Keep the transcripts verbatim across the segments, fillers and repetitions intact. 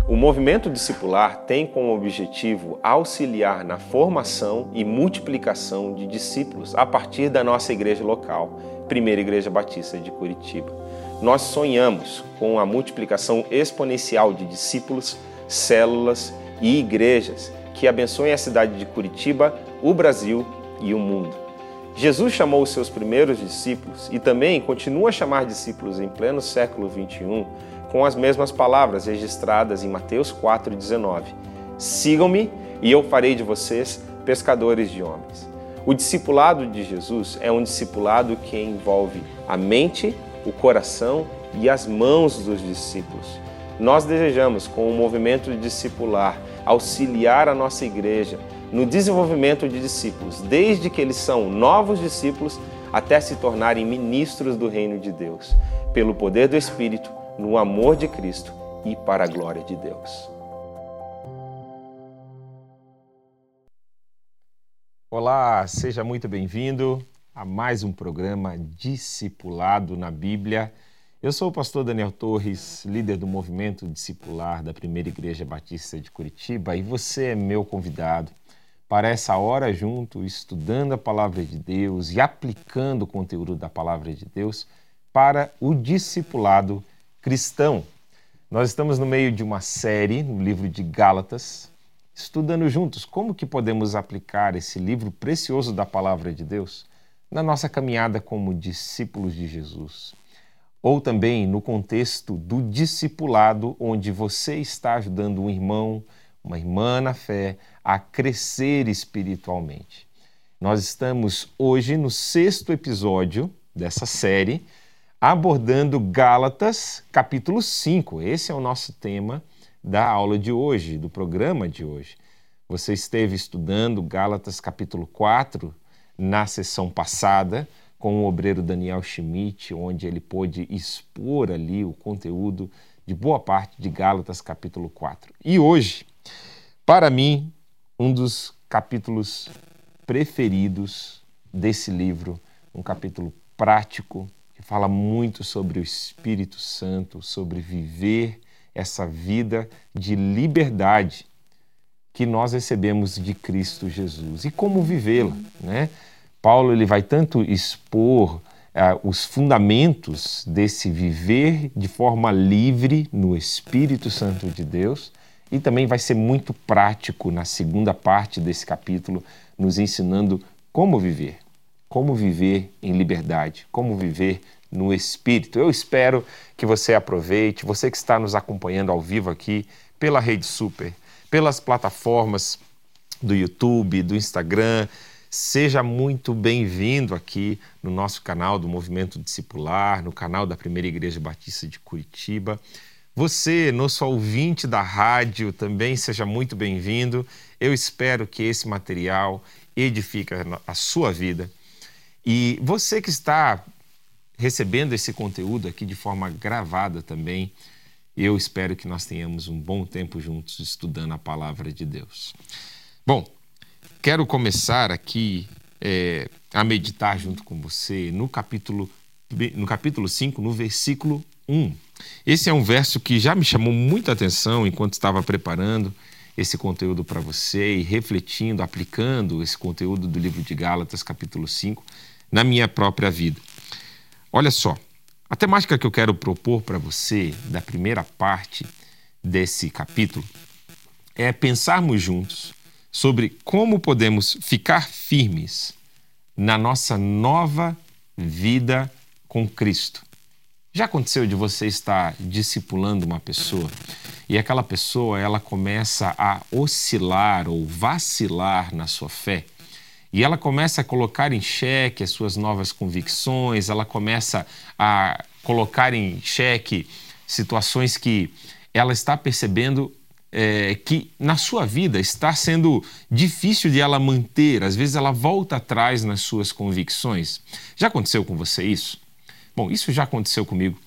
O movimento discipular tem como objetivo auxiliar na formação e multiplicação de discípulos a partir da nossa igreja local, Primeira Igreja Batista de Curitiba. Nós sonhamos com a multiplicação exponencial de discípulos, células e igrejas que abençoem a cidade de Curitiba, o Brasil e o mundo. Jesus chamou os seus primeiros discípulos e também continua a chamar discípulos em pleno século vinte e um com as mesmas palavras registradas em Mateus quatro, dezenove. Sigam-me e eu farei de vocês pescadores de homens. O discipulado de Jesus é um discipulado que envolve a mente, o coração e as mãos dos discípulos. Nós desejamos, com o movimento discipular, auxiliar a nossa igreja no desenvolvimento de discípulos, desde que eles são novos discípulos até se tornarem ministros do reino de Deus, pelo poder do Espírito, no amor de Cristo e para a glória de Deus. Olá, seja muito bem-vindo a mais um programa Discipulado na Bíblia. Eu sou o pastor Daniel Torres, líder do movimento discipular da Primeira Igreja Batista de Curitiba, e você é meu convidado para essa hora junto, estudando a Palavra de Deus e aplicando o conteúdo da Palavra de Deus para o discipulado cristão. Nós estamos no meio de uma série no livro de Gálatas, estudando juntos como que podemos aplicar esse livro precioso da Palavra de Deus na nossa caminhada como discípulos de Jesus. Ou também no contexto do discipulado, onde você está ajudando um irmão, uma irmã na fé, a crescer espiritualmente. Nós estamos hoje no sexto episódio dessa série, abordando Gálatas, capítulo cinco. Esse é o nosso tema da aula de hoje, do programa de hoje. Você esteve estudando Gálatas, capítulo quatro, na sessão passada, com o obreiro Daniel Schmidt, onde ele pôde expor ali o conteúdo de boa parte de Gálatas, capítulo quatro. E hoje, para mim, um dos capítulos preferidos desse livro, um capítulo prático, que fala muito sobre o Espírito Santo, sobre viver essa vida de liberdade que nós recebemos de Cristo Jesus e como vivê-la, né? Paulo ele vai tanto expor uh, os fundamentos desse viver de forma livre no Espírito Santo de Deus e também vai ser muito prático na segunda parte desse capítulo, nos ensinando como viver. Como viver em liberdade, como viver no Espírito. Eu espero que você aproveite, você que está nos acompanhando ao vivo aqui pela Rede Super, pelas plataformas do YouTube, do Instagram, seja muito bem-vindo aqui no nosso canal do Movimento Discipular, no canal da Primeira Igreja Batista de Curitiba. Você, nosso ouvinte da rádio, também seja muito bem-vindo. Eu espero que esse material edifique a sua vida. E você que está recebendo esse conteúdo aqui de forma gravada também, eu espero que nós tenhamos um bom tempo juntos estudando a Palavra de Deus. Bom, quero começar aqui é, a meditar junto com você no capítulo, no capítulo cinco, no versículo um. Esse é um verso que já me chamou muita atenção enquanto estava preparando esse conteúdo para você e refletindo, aplicando esse conteúdo do livro de Gálatas, capítulo cinco, na minha própria vida. Olha só, a temática que eu quero propor para você, da primeira parte desse capítulo, é pensarmos juntos sobre como podemos ficar firmes na nossa nova vida com Cristo. Já aconteceu de você estar discipulando uma pessoa e aquela pessoa ela começa a oscilar ou vacilar na sua fé? E ela começa a colocar em xeque as suas novas convicções, ela começa a colocar em xeque situações que ela está percebendo é, que na sua vida está sendo difícil de ela manter. Às vezes ela volta atrás nas suas convicções. Já aconteceu com você isso? Bom, isso já aconteceu comigo.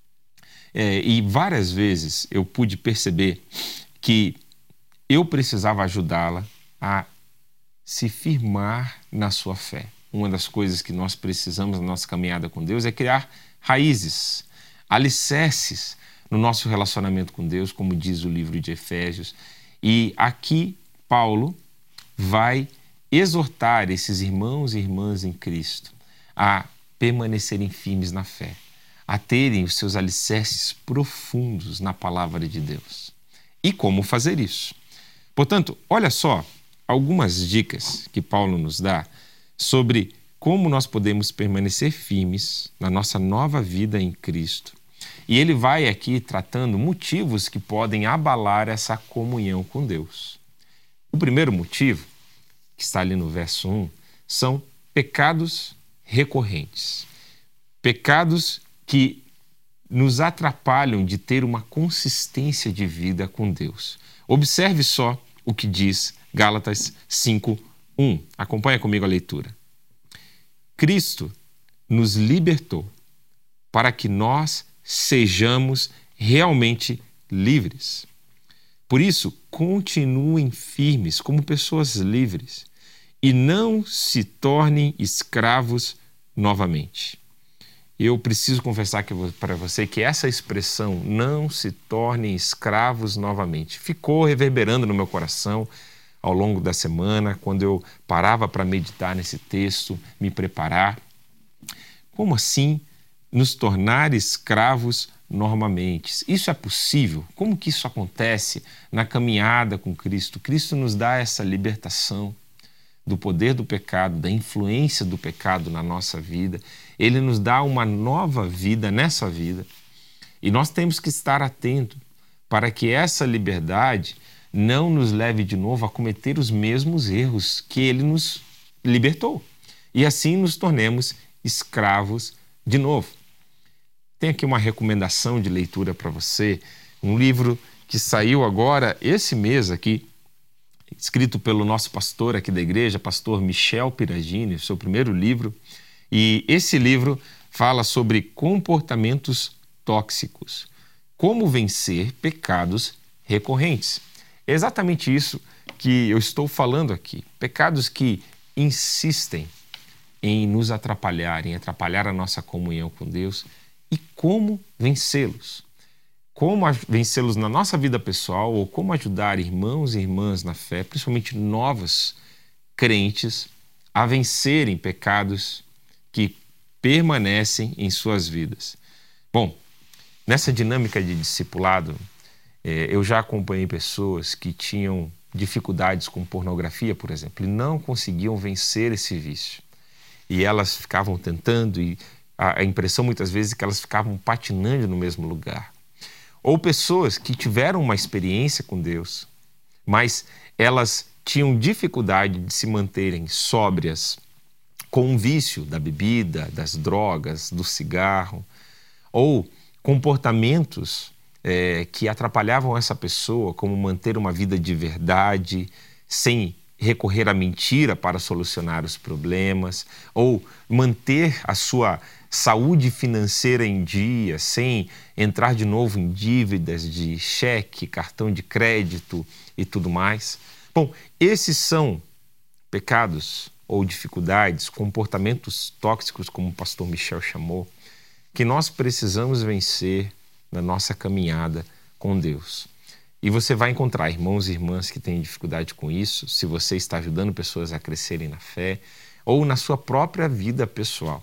É, e várias vezes eu pude perceber que eu precisava ajudá-la a se firmar na sua fé. Uma das coisas que nós precisamos na nossa caminhada com Deus é criar raízes, alicerces, no nosso relacionamento com Deus, como diz o livro de Efésios. E aqui Paulo vai exortar esses irmãos e irmãs em Cristo a permanecerem firmes na fé, a terem os seus alicerces profundos na palavra de Deus. E como fazer isso? Portanto, olha só algumas dicas que Paulo nos dá sobre como nós podemos permanecer firmes na nossa nova vida em Cristo. E ele vai aqui tratando motivos que podem abalar essa comunhão com Deus. O primeiro motivo, que está ali no verso um, são pecados recorrentes. Pecados que nos atrapalham de ter uma consistência de vida com Deus. Observe só o que diz Gálatas cinco, um. Acompanha comigo a leitura. Cristo nos libertou para que nós sejamos realmente livres. Por isso, continuem firmes como pessoas livres e não se tornem escravos novamente. Eu preciso confessar para você que essa expressão, não se tornem escravos novamente, ficou reverberando no meu coração ao longo da semana, quando eu parava para meditar nesse texto, me preparar. Como assim nos tornar escravos novamente? Isso é possível? Como que isso acontece na caminhada com Cristo? Cristo nos dá essa libertação do poder do pecado, da influência do pecado na nossa vida. Ele nos dá uma nova vida nessa vida. E nós temos que estar atentos para que essa liberdade não nos leve de novo a cometer os mesmos erros que ele nos libertou. E assim nos tornemos escravos de novo. Tem aqui uma recomendação de leitura para você, um livro que saiu agora esse mês aqui, escrito pelo nosso pastor aqui da igreja, pastor Michel Piragini, seu primeiro livro. E esse livro fala sobre comportamentos tóxicos, como vencer pecados recorrentes. É exatamente isso que eu estou falando aqui. Pecados que insistem em nos atrapalhar, em atrapalhar a nossa comunhão com Deus, e como vencê-los. Como vencê-los na nossa vida pessoal ou como ajudar irmãos e irmãs na fé, principalmente novos crentes, a vencerem pecados que permanecem em suas vidas. Bom, nessa dinâmica de discipulado, eh, eu já acompanhei pessoas que tinham dificuldades com pornografia, por exemplo, e não conseguiam vencer esse vício. E elas ficavam tentando, e a, a impressão muitas vezes é que elas ficavam patinando no mesmo lugar. Ou pessoas que tiveram uma experiência com Deus, mas elas tinham dificuldade de se manterem sóbrias com o vício da bebida, das drogas, do cigarro, ou comportamentos é, que atrapalhavam essa pessoa, como manter uma vida de verdade, sem recorrer à mentira para solucionar os problemas, ou manter a sua saúde financeira em dia, sem entrar de novo em dívidas de cheque, cartão de crédito e tudo mais. Bom, esses são pecados ou dificuldades, comportamentos tóxicos, como o pastor Michel chamou, que nós precisamos vencer na nossa caminhada com Deus. E você vai encontrar irmãos e irmãs que têm dificuldade com isso, se você está ajudando pessoas a crescerem na fé ou na sua própria vida pessoal.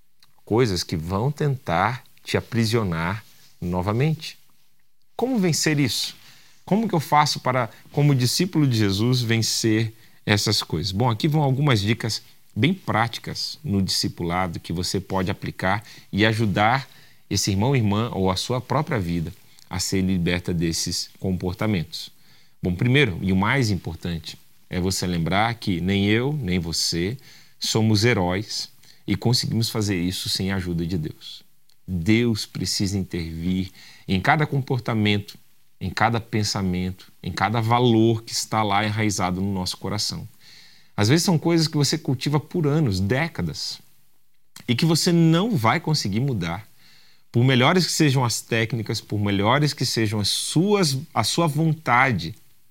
Coisas que vão tentar te aprisionar novamente. Como vencer isso? Como que eu faço para, como discípulo de Jesus, vencer essas coisas? Bom, aqui vão algumas dicas bem práticas no discipulado que você pode aplicar e ajudar esse irmão, irmã ou a sua própria vida a ser liberta desses comportamentos. Bom, primeiro e o mais importante é você lembrar que nem eu, nem você somos heróis e conseguimos fazer isso sem a ajuda de Deus. Deus precisa intervir em cada comportamento, em cada pensamento, em cada valor que está lá enraizado no nosso coração. Às vezes são coisas que você cultiva por anos, décadas, e que você não vai conseguir mudar. Por melhores que sejam as técnicas, por melhores que sejam as suas, a sua vontade,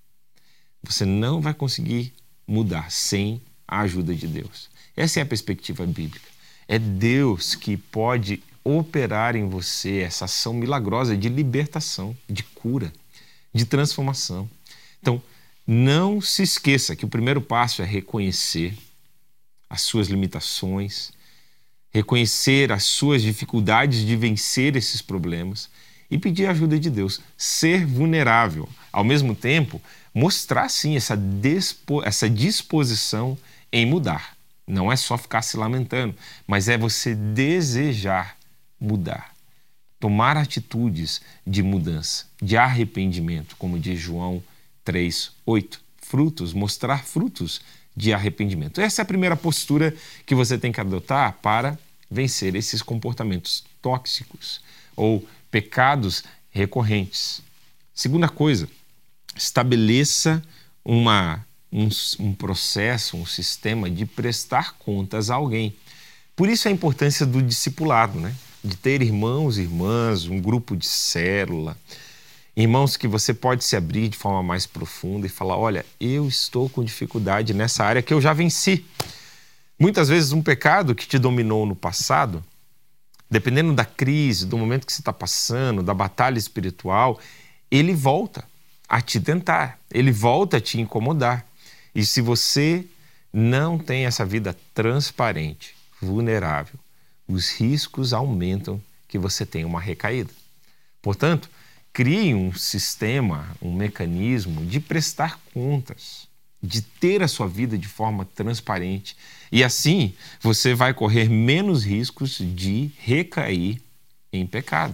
você não vai conseguir mudar sem a ajuda de Deus. Essa é a perspectiva bíblica. É Deus que pode operar em você essa ação milagrosa de libertação, de cura, de transformação. Então, não se esqueça que o primeiro passo é reconhecer as suas limitações, reconhecer as suas dificuldades de vencer esses problemas e pedir a ajuda de Deus. Ser vulnerável, ao mesmo tempo, mostrar sim essa, dispo, essa disposição em mudar. Não é só ficar se lamentando, mas é você desejar mudar. Tomar atitudes de mudança, de arrependimento, como diz João três, oito. Frutos, mostrar frutos de arrependimento. Essa é a primeira postura que você tem que adotar para vencer esses comportamentos tóxicos ou pecados recorrentes. Segunda coisa, estabeleça uma, um, um processo, um sistema de prestar contas a alguém. Por isso a importância do discipulado, né? De ter irmãos e irmãs, um grupo de célula, irmãos que você pode se abrir de forma mais profunda e falar, olha, eu estou com dificuldade nessa área que eu já venci. Muitas vezes um pecado que te dominou no passado, dependendo da crise, do momento que você está passando, da batalha espiritual, ele volta a te tentar, ele volta a te incomodar. E se você não tem essa vida transparente, vulnerável, os riscos aumentam que você tenha uma recaída. Portanto, crie um sistema, um mecanismo de prestar contas, de ter a sua vida de forma transparente. E assim, você vai correr menos riscos de recair em pecado.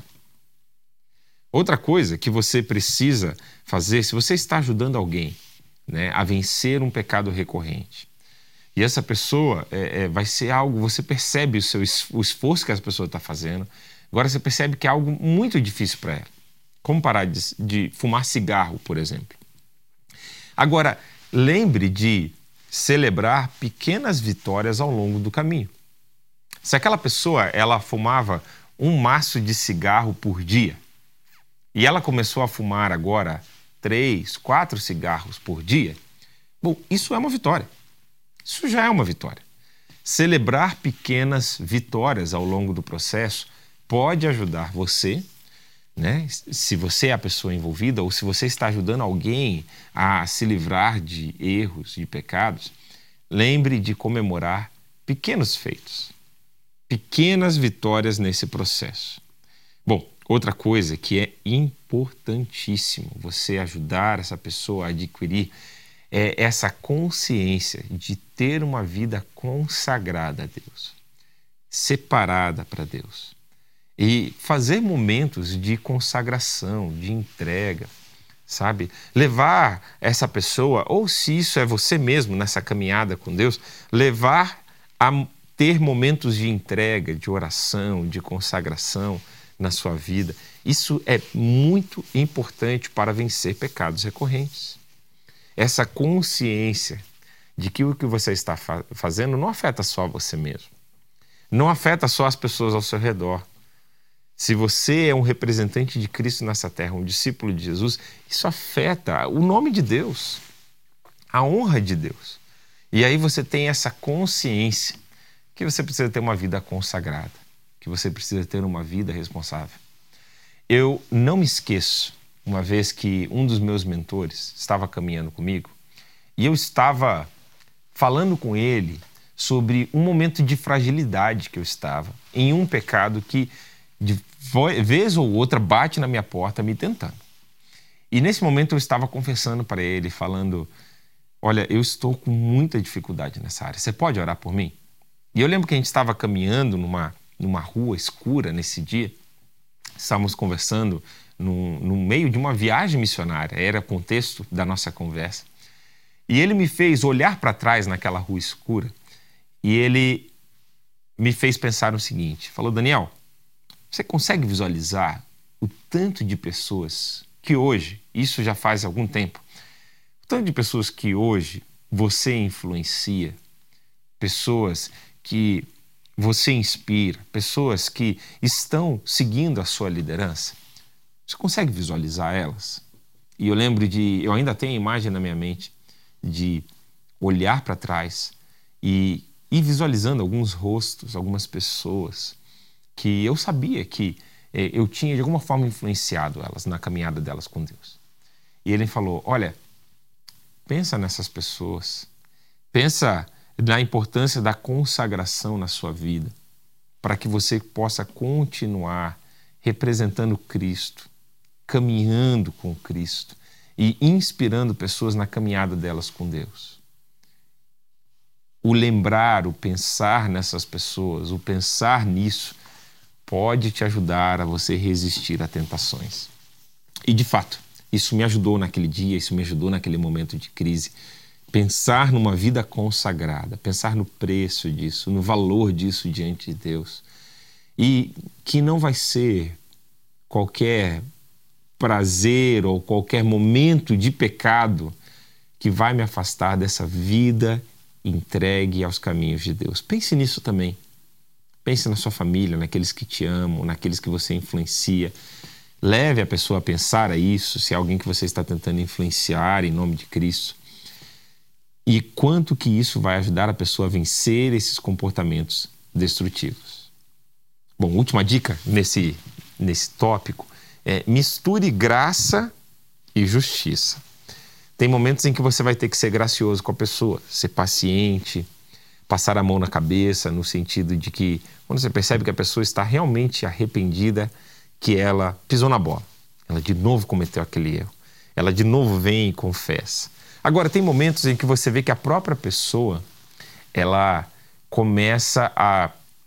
Outra coisa que você precisa fazer, se você está ajudando alguém, né, a vencer um pecado recorrente, e essa pessoa é, é, vai ser algo, você percebe o, seu, o esforço que essa pessoa está fazendo, agora você percebe que é algo muito difícil para ela. Como parar de, de fumar cigarro, por exemplo. Agora, lembre de celebrar pequenas vitórias ao longo do caminho. Se aquela pessoa ela fumava um maço de cigarro por dia e ela começou a fumar agora três, quatro cigarros por dia, bom, isso é uma vitória. Isso já é uma vitória. Celebrar pequenas vitórias ao longo do processo pode ajudar você, né? Se você é a pessoa envolvida ou se você está ajudando alguém a se livrar de erros, de pecados, lembre de comemorar pequenos feitos, pequenas vitórias nesse processo. Bom, outra coisa que é importantíssimo você ajudar essa pessoa a adquirir é essa consciência de ter uma vida consagrada a Deus, separada para Deus. E fazer momentos de consagração, de entrega, sabe? Levar essa pessoa, ou se isso é você mesmo nessa caminhada com Deus, levar a ter momentos de entrega, de oração, de consagração na sua vida. Isso é muito importante para vencer pecados recorrentes. Essa consciência de que o que você está fa- fazendo não afeta só você mesmo, não afeta só as pessoas ao seu redor. Se você é um representante de Cristo nessa terra, um discípulo de Jesus, isso afeta o nome de Deus, a honra de Deus. E aí você tem essa consciência que você precisa ter uma vida consagrada, que você precisa ter uma vida responsável. Eu não me esqueço, uma vez que um dos meus mentores estava caminhando comigo e eu estava falando com ele sobre um momento de fragilidade que eu estava, em um pecado que de vez ou outra bate na minha porta me tentando. E nesse momento eu estava confessando para ele, falando, olha, eu estou com muita dificuldade nessa área, você pode orar por mim? E eu lembro que a gente estava caminhando numa, numa rua escura nesse dia, estávamos conversando no, no meio de uma viagem missionária, era o contexto da nossa conversa. E ele me fez olhar para trás naquela rua escura e ele me fez pensar no seguinte, falou, Daniel, você consegue visualizar o tanto de pessoas que hoje, isso já faz algum tempo, o tanto de pessoas que hoje você influencia, pessoas que você inspira, pessoas que estão seguindo a sua liderança? Você consegue visualizar elas? E eu lembro de, eu ainda tenho a imagem na minha mente de olhar para trás e ir visualizando alguns rostos, algumas pessoas, que eu sabia que eh, eu tinha de alguma forma influenciado elas na caminhada delas com Deus. E ele falou, olha, pensa nessas pessoas, pensa na importância da consagração na sua vida, para que você possa continuar representando Cristo, caminhando com Cristo e inspirando pessoas na caminhada delas com Deus. O lembrar, o pensar nessas pessoas, o pensar nisso, pode te ajudar a você resistir a tentações. E de fato, isso me ajudou naquele dia, isso me ajudou naquele momento de crise. Pensar numa vida consagrada, pensar no preço disso, no valor disso diante de Deus. E que não vai ser qualquer prazer ou qualquer momento de pecado que vai me afastar dessa vida entregue aos caminhos de Deus. Pense nisso também. Pense na sua família, naqueles que te amam, naqueles que você influencia. Leve a pessoa a pensar a isso, se é alguém que você está tentando influenciar em nome de Cristo. E quanto que isso vai ajudar a pessoa a vencer esses comportamentos destrutivos. Bom, última dica nesse, nesse tópico é misture graça e justiça. Tem momentos em que você vai ter que ser gracioso com a pessoa, ser paciente, passar a mão na cabeça, no sentido de que quando você percebe que a pessoa está realmente arrependida, que ela pisou na bola, ela de novo cometeu aquele erro, ela de novo vem e confessa. Agora, tem momentos em que você vê que a própria pessoa, ela começa a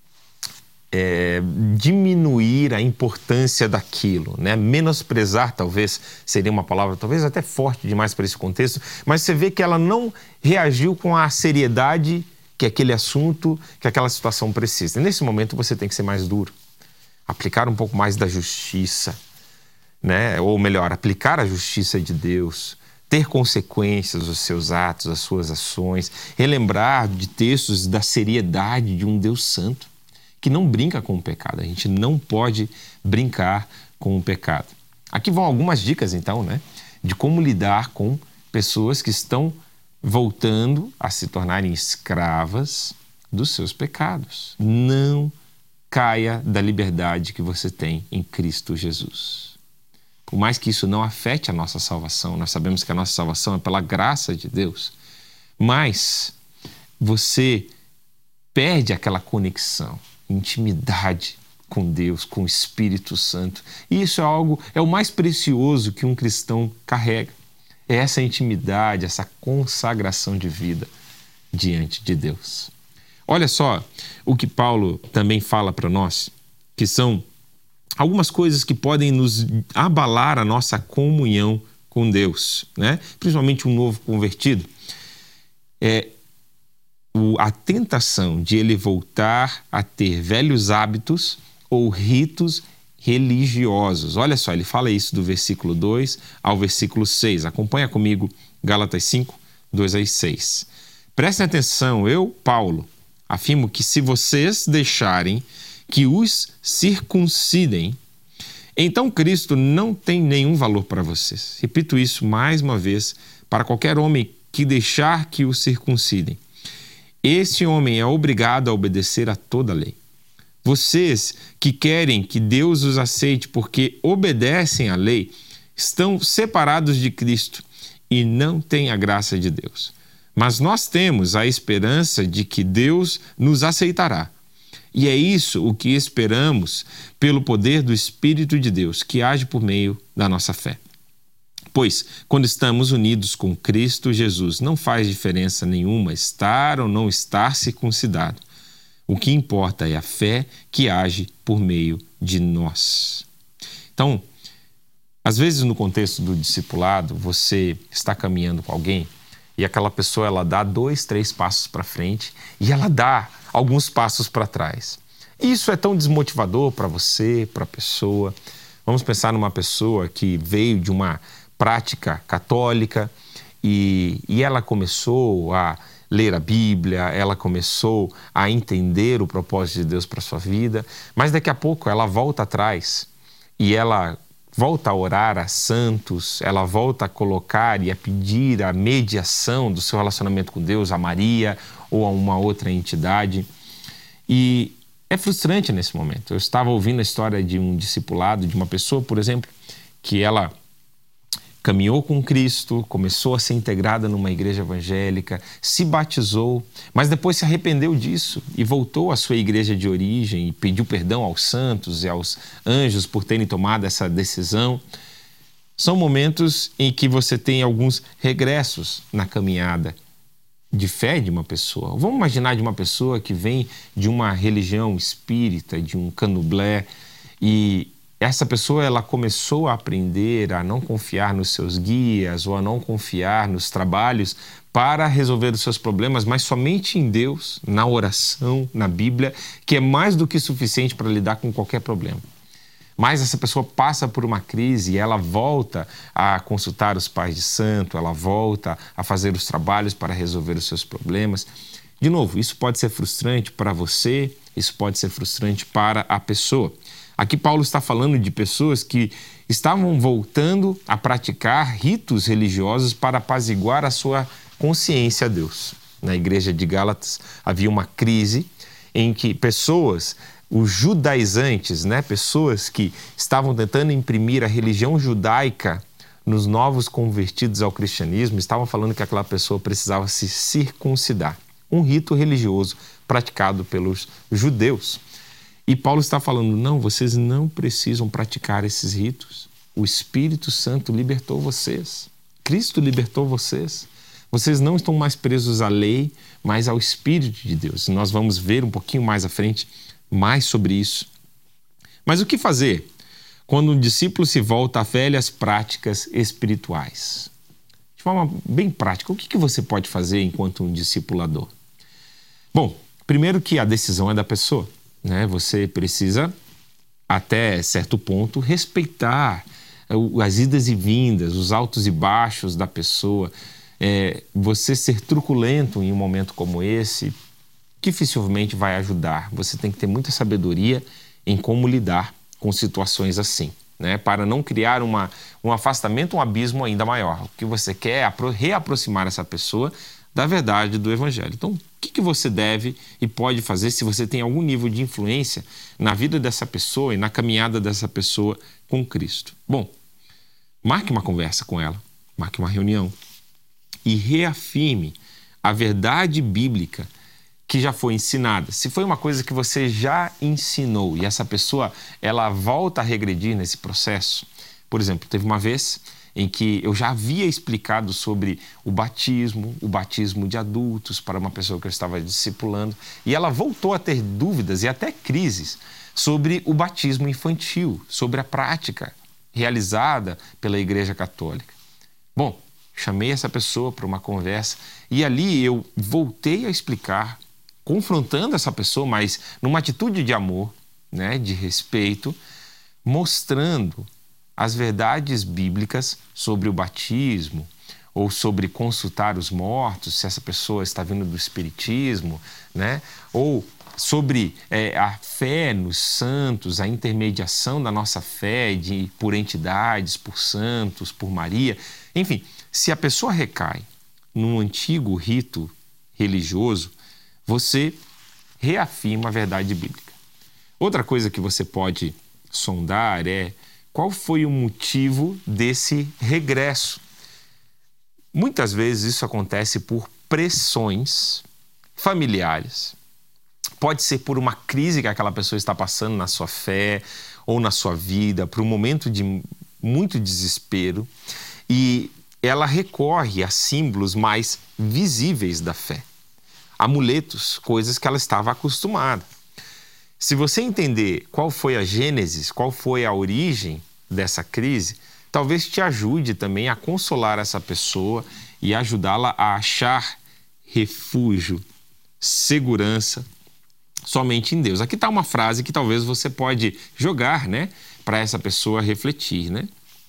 é, diminuir a importância daquilo, né? Menosprezar, talvez, seria uma palavra talvez até forte demais para esse contexto, mas você vê que ela não reagiu com a seriedade que aquele assunto, que aquela situação precisa. E nesse momento você tem que ser mais duro, aplicar um pouco mais da justiça, né? Ou melhor, aplicar a justiça de Deus, ter consequências dos seus atos, das suas ações, relembrar de textos da seriedade de um Deus santo, que não brinca com o pecado. A gente não pode brincar com o pecado. Aqui vão algumas dicas, então, né, de como lidar com pessoas que estão voltando a se tornarem escravas dos seus pecados. Não caia da liberdade que você tem em Cristo Jesus. Por mais que isso não afete a nossa salvação, nós sabemos que a nossa salvação é pela graça de Deus, mas você perde aquela conexão, intimidade com Deus, com o Espírito Santo. E isso é algo, é o mais precioso que um cristão carrega. É essa intimidade, essa consagração de vida diante de Deus. Olha só o que Paulo também fala para nós, que são algumas coisas que podem nos abalar a nossa comunhão com Deus, né? Principalmente um novo convertido. É o, a tentação de ele voltar a ter velhos hábitos ou ritos religiosos. Olha só, ele fala isso do versículo dois ao versículo seis. Acompanha comigo Gálatas cinco, dois a seis. Prestem atenção, eu, Paulo, afirmo que se vocês deixarem que os circuncidem, então Cristo não tem nenhum valor para vocês. Repito isso mais uma vez, para qualquer homem que deixar que o circuncidem. Esse homem é obrigado a obedecer a toda a lei. Vocês que querem que Deus os aceite porque obedecem à lei, estão separados de Cristo e não têm a graça de Deus. Mas nós temos a esperança de que Deus nos aceitará. E é isso o que esperamos pelo poder do Espírito de Deus, que age por meio da nossa fé. Pois, quando estamos unidos com Cristo Jesus, não faz diferença nenhuma estar ou não estar circuncidado. O que importa é a fé que age por meio de nós. Então, às vezes no contexto do discipulado, você está caminhando com alguém e aquela pessoa ela dá dois, três passos para frente e ela dá alguns passos para trás. Isso é tão desmotivador para você, para a pessoa. Vamos pensar numa pessoa que veio de uma prática católica e, e ela começou a ler a Bíblia, ela começou a entender o propósito de Deus para a sua vida, mas daqui a pouco ela volta atrás e ela volta a orar a santos, ela volta a colocar e a pedir a mediação do seu relacionamento com Deus, a Maria ou a uma outra entidade. E É frustrante nesse momento. Eu estava ouvindo a história de um discipulado, de uma pessoa, por exemplo, que ela caminhou com Cristo, começou a ser integrada numa igreja evangélica, se batizou, mas depois se arrependeu disso e voltou à sua igreja de origem e pediu perdão aos santos e aos anjos por terem tomado essa decisão. São momentos em que você tem alguns regressos na caminhada de fé de uma pessoa. Vamos imaginar de uma pessoa que vem de uma religião espírita, de um candomblé, e essa pessoa ela começou a aprender a não confiar nos seus guias ou a não confiar nos trabalhos para resolver os seus problemas, mas somente em Deus, na oração, na Bíblia, que é mais do que suficiente para lidar com qualquer problema. Mas essa pessoa passa por uma crise e ela volta a consultar os pais de santo, ela volta a fazer os trabalhos para resolver os seus problemas. De novo, isso pode ser frustrante para você, isso pode ser frustrante para a pessoa. Aqui Paulo está falando de pessoas que estavam voltando a praticar ritos religiosos para apaziguar a sua consciência a Deus. Na igreja de Gálatas havia uma crise em que pessoas, os judaizantes, né, pessoas que estavam tentando imprimir a religião judaica nos novos convertidos ao cristianismo, estavam falando que aquela pessoa precisava se circuncidar. Um rito religioso praticado pelos judeus. E Paulo está falando, não, vocês não precisam praticar esses ritos. O Espírito Santo libertou vocês. Cristo libertou vocês. Vocês não estão mais presos à lei, mas ao Espírito de Deus. Nós vamos ver um pouquinho mais à frente mais sobre isso. Mas o que fazer quando um discípulo se volta a velhas práticas espirituais? De forma bem prática, o que você pode fazer enquanto um discipulador? Bom, primeiro que a decisão é da pessoa. Né? Você precisa, até certo ponto, respeitar as idas e vindas, os altos e baixos da pessoa. É, você ser truculento em um momento como esse dificilmente vai ajudar. Você tem que ter muita sabedoria em como lidar com situações assim, né? Para não criar uma, um afastamento, um abismo ainda maior. O que você quer é reaproximar essa pessoa da verdade do Evangelho. Então, o que, que você deve e pode fazer se você tem algum nível de influência na vida dessa pessoa e na caminhada dessa pessoa com Cristo? Bom, marque uma conversa com ela, marque uma reunião e reafirme a verdade bíblica que já foi ensinada. Se foi uma coisa que você já ensinou e essa pessoa ela volta a regredir nesse processo, por exemplo, teve uma vez em que eu já havia explicado sobre o batismo, o batismo de adultos para uma pessoa que eu estava discipulando, e ela voltou a ter dúvidas e até crises sobre o batismo infantil, sobre a prática realizada pela Igreja Católica. Bom, chamei essa pessoa para uma conversa e ali eu voltei a explicar, confrontando essa pessoa, mas numa atitude de amor, né, de respeito, mostrando as verdades bíblicas sobre o batismo ou sobre consultar os mortos, se essa pessoa está vindo do espiritismo, né? Ou sobre é, a fé nos santos, a intermediação da nossa fé de, por entidades, por santos, por Maria. Enfim, se a pessoa recai num antigo rito religioso, você reafirma a verdade bíblica. Outra coisa que você pode sondar é qual foi o motivo desse regresso. Muitas vezes isso acontece por pressões familiares. Pode ser por uma crise que aquela pessoa está passando na sua fé ou na sua vida, por um momento de muito desespero, e ela recorre a símbolos mais visíveis da fé. Amuletos, coisas que ela estava acostumada. Se você entender qual foi a gênese, qual foi a origem dessa crise, talvez te ajude também a consolar essa pessoa e ajudá-la a achar refúgio, segurança somente em Deus. Aqui está uma frase que talvez você pode jogar, né, para essa pessoa refletir, né?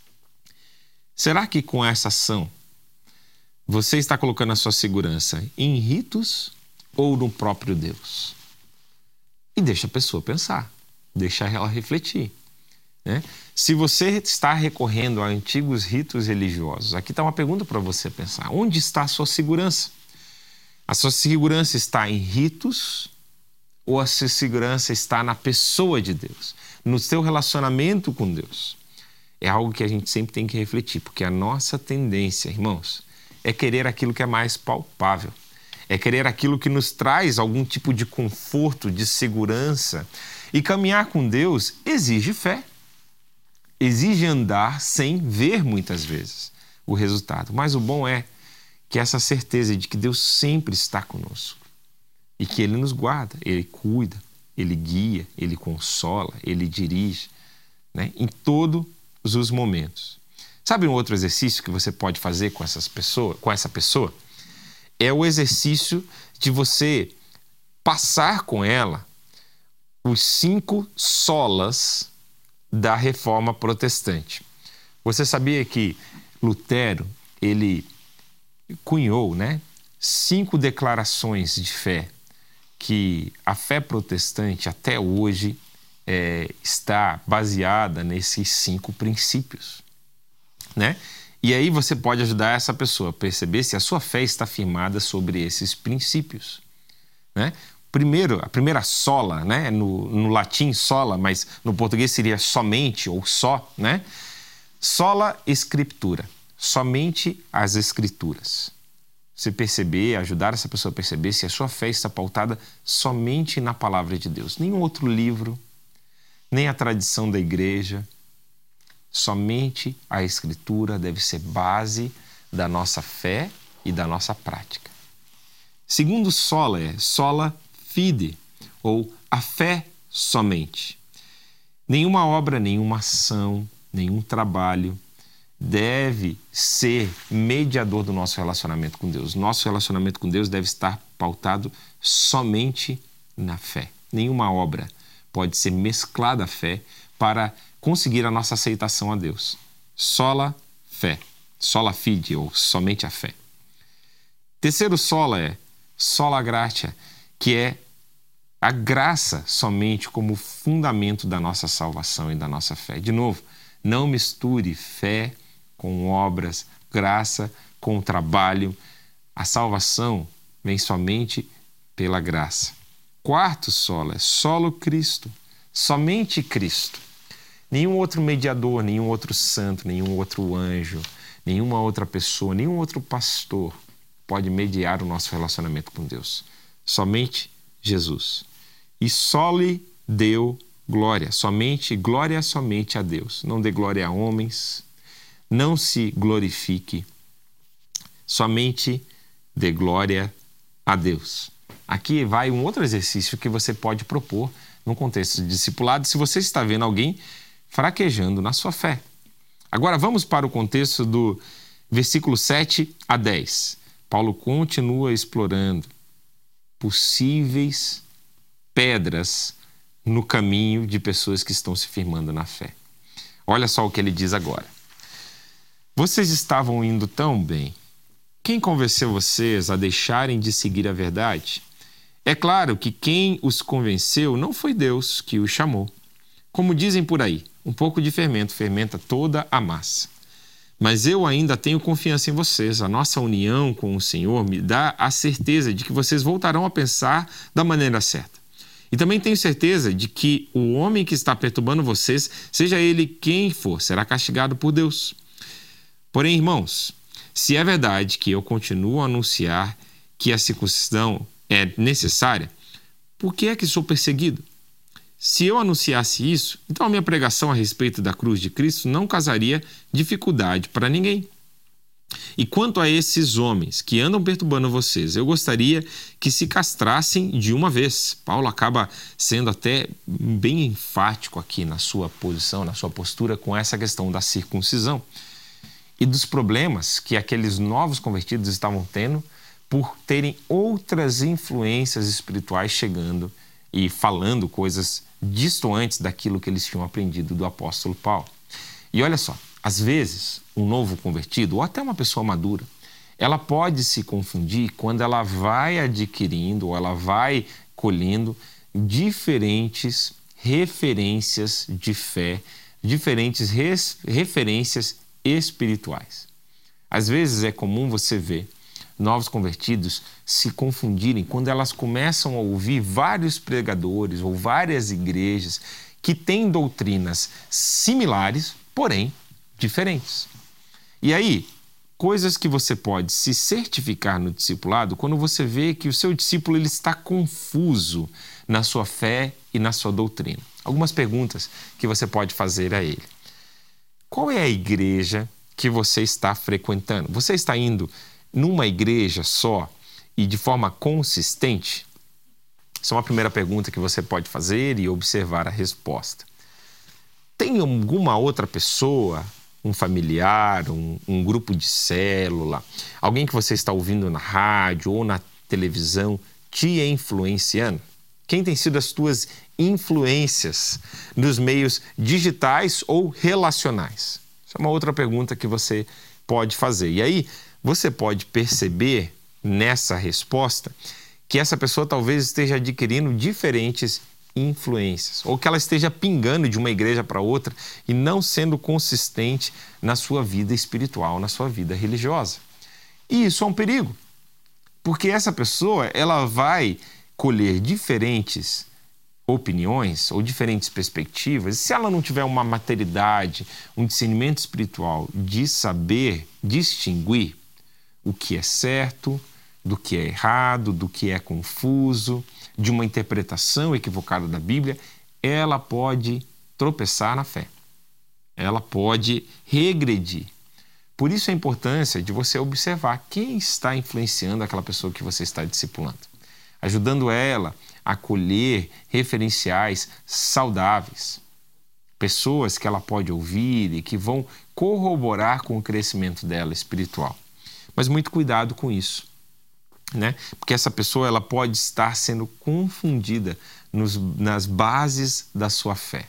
Será que com essa ação você está colocando a sua segurança em ritos ou no próprio Deus? E deixa a pessoa pensar, deixa ela refletir, né? Se você está recorrendo a antigos ritos religiosos, aqui está uma pergunta para você pensar. Onde está a sua segurança? A sua segurança está em ritos ou a sua segurança está na pessoa de Deus, no seu relacionamento com Deus? É algo que a gente sempre tem que refletir, porque a nossa tendência, irmãos, é querer aquilo que é mais palpável, é querer aquilo que nos traz algum tipo de conforto, de segurança. E caminhar com Deus exige fé, exige andar sem ver muitas vezes o resultado. Mas o bom é que essa certeza de que Deus sempre está conosco e que Ele nos guarda, Ele cuida, Ele guia, Ele consola, Ele dirige, né, em todos os momentos. Sabe um outro exercício que você pode fazer com essas pessoas, com essa pessoa? É o exercício de você passar com ela os cinco solas da Reforma Protestante. Você sabia que Lutero, ele cunhou, né, cinco declarações de fé que a fé protestante até hoje é, está baseada nesses cinco princípios, né? E aí você pode ajudar essa pessoa a perceber se a sua fé está firmada sobre esses princípios, né? Primeiro, a primeira sola, né? No, no latim sola, mas no português seria somente ou só, né? Sola Scriptura, somente as Escrituras. Você perceber, ajudar essa pessoa a perceber se a sua fé está pautada somente na palavra de Deus. Nenhum outro livro, nem a tradição da igreja. Somente a Escritura deve ser base da nossa fé e da nossa prática. Segundo sola é sola fide, ou a fé somente. Nenhuma obra, nenhuma ação, nenhum trabalho deve ser mediador do nosso relacionamento com Deus. Nosso relacionamento com Deus deve estar pautado somente na fé. Nenhuma obra pode ser mesclada à fé para conseguir a nossa aceitação a Deus. Sola fé, sola fide, ou somente a fé. Terceiro sola é sola gratia, que é a graça somente como fundamento da nossa salvação e da nossa fé. De novo, não misture fé com obras, graça com trabalho. A salvação vem somente pela graça. Quarto sola é solo Cristo, somente Cristo. Nenhum outro mediador, nenhum outro santo, nenhum outro anjo, nenhuma outra pessoa, nenhum outro pastor pode mediar o nosso relacionamento com Deus. Somente Jesus. E soli deu glória, somente glória somente a Deus. Não dê glória a homens, não se glorifique, somente dê glória a Deus. Aqui vai um outro exercício que você pode propor no contexto de discipulado, se você está vendo alguém fraquejando na sua fé. Agora vamos para o contexto do versículo sete a dez. Paulo continua explorando possíveis pedras no caminho de pessoas que estão se firmando na fé. Olha só o que ele diz agora. Vocês estavam indo tão bem. Quem convenceu vocês a deixarem de seguir a verdade? É claro que quem os convenceu não foi Deus que os chamou. Como dizem por aí, um pouco de fermento fermenta toda a massa. Mas eu ainda tenho confiança em vocês. A nossa união com o Senhor me dá a certeza de que vocês voltarão a pensar da maneira certa. E também tenho certeza de que o homem que está perturbando vocês, seja ele quem for, será castigado por Deus. Porém, irmãos, se é verdade que eu continuo a anunciar que a circuncisão é necessária, por que é que sou perseguido? Se eu anunciasse isso, então a minha pregação a respeito da cruz de Cristo não causaria dificuldade para ninguém. E quanto a esses homens que andam perturbando vocês, eu gostaria que se castrassem de uma vez. Paulo acaba sendo até bem enfático aqui na sua posição, na sua postura com essa questão da circuncisão e dos problemas que aqueles novos convertidos estavam tendo por terem outras influências espirituais chegando e falando coisas distantes daquilo que eles tinham aprendido do apóstolo Paulo. E olha só, às vezes, um novo convertido, ou até uma pessoa madura, ela pode se confundir quando ela vai adquirindo, ou ela vai colhendo diferentes referências de fé, diferentes res, referências espirituais. Às vezes é comum você ver novos convertidos se confundirem quando elas começam a ouvir vários pregadores ou várias igrejas que têm doutrinas similares, porém diferentes. E aí, coisas que você pode se certificar no discipulado quando você vê que o seu discípulo ele está confuso na sua fé e na sua doutrina. Algumas perguntas que você pode fazer a ele. Qual é a igreja que você está frequentando? Você está indo numa igreja só e de forma consistente? Essa é uma primeira pergunta que você pode fazer e observar a resposta. Tem alguma outra pessoa, um familiar, um, um grupo de célula, alguém que você está ouvindo na rádio ou na televisão te influenciando? Quem tem sido as tuas influências nos meios digitais ou relacionais? Essa é uma outra pergunta que você pode fazer. E aí, você pode perceber nessa resposta que essa pessoa talvez esteja adquirindo diferentes influências, ou que ela esteja pingando de uma igreja para outra e não sendo consistente na sua vida espiritual, na sua vida religiosa. E isso é um perigo, porque essa pessoa ela vai colher diferentes opiniões ou diferentes perspectivas, e se ela não tiver uma maturidade, um discernimento espiritual de saber distinguir o que é certo, do que é errado, do que é confuso, de uma interpretação equivocada da Bíblia, ela pode tropeçar na fé. Ela pode regredir. Por isso a importância de você observar quem está influenciando aquela pessoa que você está discipulando, ajudando ela a colher referenciais saudáveis, pessoas que ela pode ouvir e que vão corroborar com o crescimento dela espiritual. Mas muito cuidado com isso, né? Porque essa pessoa ela pode estar sendo confundida nos, nas bases da sua fé,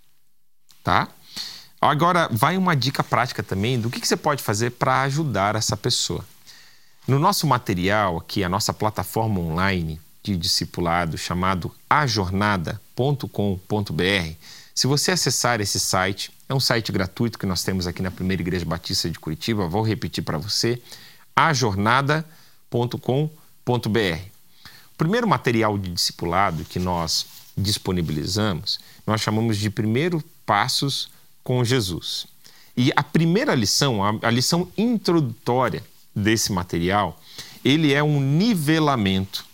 tá? Agora, vai uma dica prática também do que, que você pode fazer para ajudar essa pessoa. No nosso material aqui, a nossa plataforma online de discipulado chamado a jornada ponto com ponto b r, se você acessar esse site, é um site gratuito que nós temos aqui na Primeira Igreja Batista de Curitiba, vou repetir para você, a jornada ponto com ponto b r. O primeiro material de discipulado que nós disponibilizamos, nós chamamos de Primeiro Passos com Jesus. E a primeira lição, a, a lição introdutória desse material, ele é um nivelamento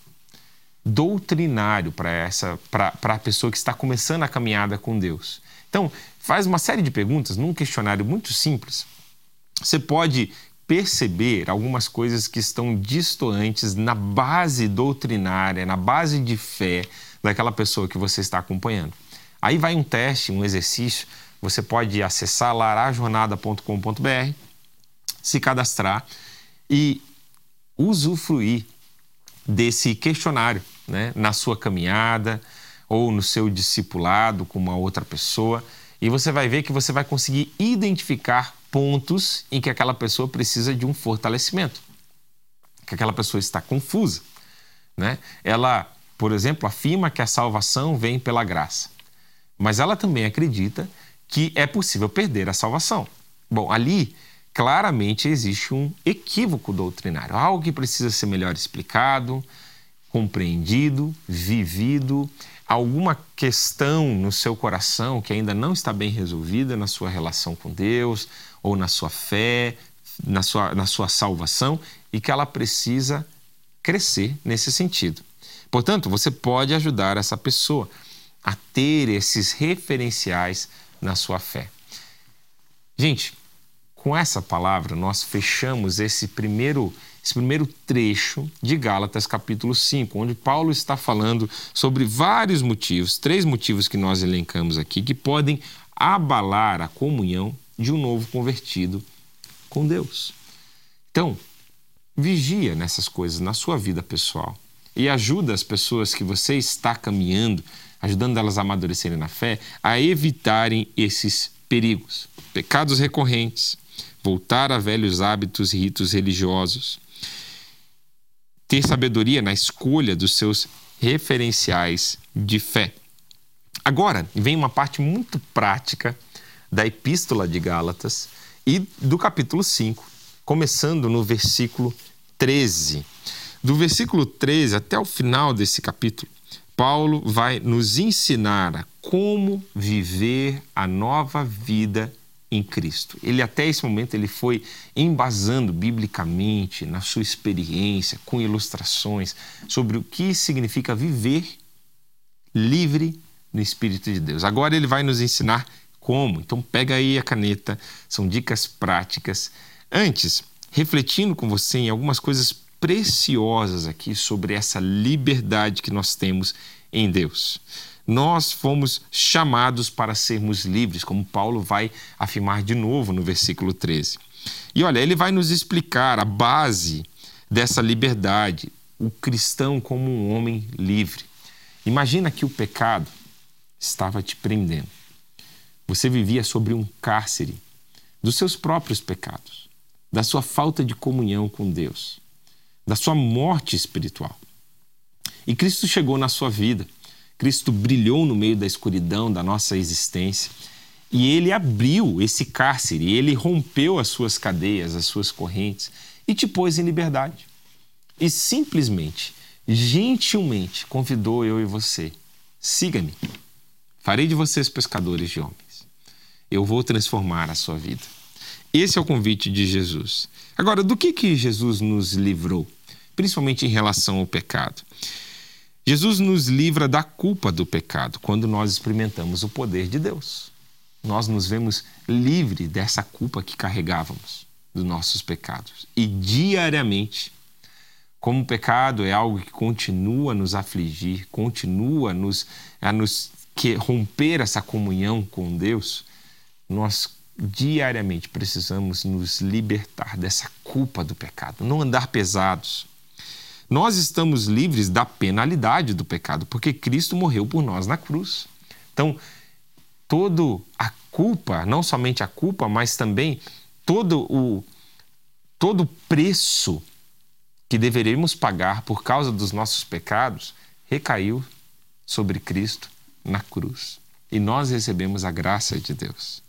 doutrinário para essa para a pessoa que está começando a caminhada com Deus. Então, faz uma série de perguntas num questionário muito simples. Você pode perceber algumas coisas que estão distantes na base doutrinária, na base de fé daquela pessoa que você está acompanhando. Aí vai um teste, um exercício, você pode acessar lá a jornada ponto com ponto b r, se cadastrar e usufruir desse questionário, né, na sua caminhada ou no seu discipulado com uma outra pessoa, e você vai ver que você vai conseguir identificar pontos em que aquela pessoa precisa de um fortalecimento, que aquela pessoa está confusa, né? Ela, por exemplo, afirma que a salvação vem pela graça, mas ela também acredita que é possível perder a salvação. Bom, ali claramente existe um equívoco doutrinário, algo que precisa ser melhor explicado, compreendido, vivido, alguma questão no seu coração que ainda não está bem resolvida na sua relação com Deus ou na sua fé, na sua, na sua salvação, e que ela precisa crescer nesse sentido. Portanto, você pode ajudar essa pessoa a ter esses referenciais na sua fé. Gente, com essa palavra, nós fechamos esse primeiro, esse primeiro trecho de Gálatas capítulo cinco, onde Paulo está falando sobre vários motivos, três motivos que nós elencamos aqui, que podem abalar a comunhão de um novo convertido com Deus. Então, vigia nessas coisas na sua vida pessoal e ajuda as pessoas que você está caminhando, ajudando elas a amadurecerem na fé, a evitarem esses perigos, pecados recorrentes, voltar a velhos hábitos e ritos religiosos, ter sabedoria na escolha dos seus referenciais de fé. Agora, vem uma parte muito prática da Epístola de Gálatas e do capítulo cinco, começando no versículo treze. Do versículo treze até o final desse capítulo, Paulo vai nos ensinar a como viver a nova vida em Cristo. Ele até esse momento ele foi embasando biblicamente na sua experiência, com ilustrações, sobre o que significa viver livre no Espírito de Deus. Agora ele vai nos ensinar como. Então pega aí a caneta, são dicas práticas. Antes, refletindo com você em algumas coisas preciosas aqui sobre essa liberdade que nós temos em Deus. Nós fomos chamados para sermos livres, como Paulo vai afirmar de novo no versículo treze. E olha, ele vai nos explicar a base dessa liberdade, o cristão como um homem livre. Imagina que o pecado estava te prendendo. Você vivia sobre um cárcere dos seus próprios pecados, da sua falta de comunhão com Deus, da sua morte espiritual. E Cristo chegou na sua vida. Cristo brilhou no meio da escuridão da nossa existência e Ele abriu esse cárcere, Ele rompeu as suas cadeias, as suas correntes e te pôs em liberdade. E simplesmente, gentilmente, convidou eu e você: siga-me, farei de vocês pescadores de homens. Eu vou transformar a sua vida. Esse é o convite de Jesus. Agora, do que que Jesus nos livrou? Principalmente em relação ao pecado. Jesus nos livra da culpa do pecado quando nós experimentamos o poder de Deus. Nós nos vemos livres dessa culpa que carregávamos dos nossos pecados. E diariamente, como o pecado é algo que continua a nos afligir, continua a nos, a nos que, romper essa comunhão com Deus, nós diariamente precisamos nos libertar dessa culpa do pecado, não andar pesados. Nós estamos livres da penalidade do pecado, porque Cristo morreu por nós na cruz. Então, toda a culpa, não somente a culpa, mas também todo o, todo o preço que deveríamos pagar por causa dos nossos pecados, recaiu sobre Cristo na cruz. E nós recebemos a graça de Deus.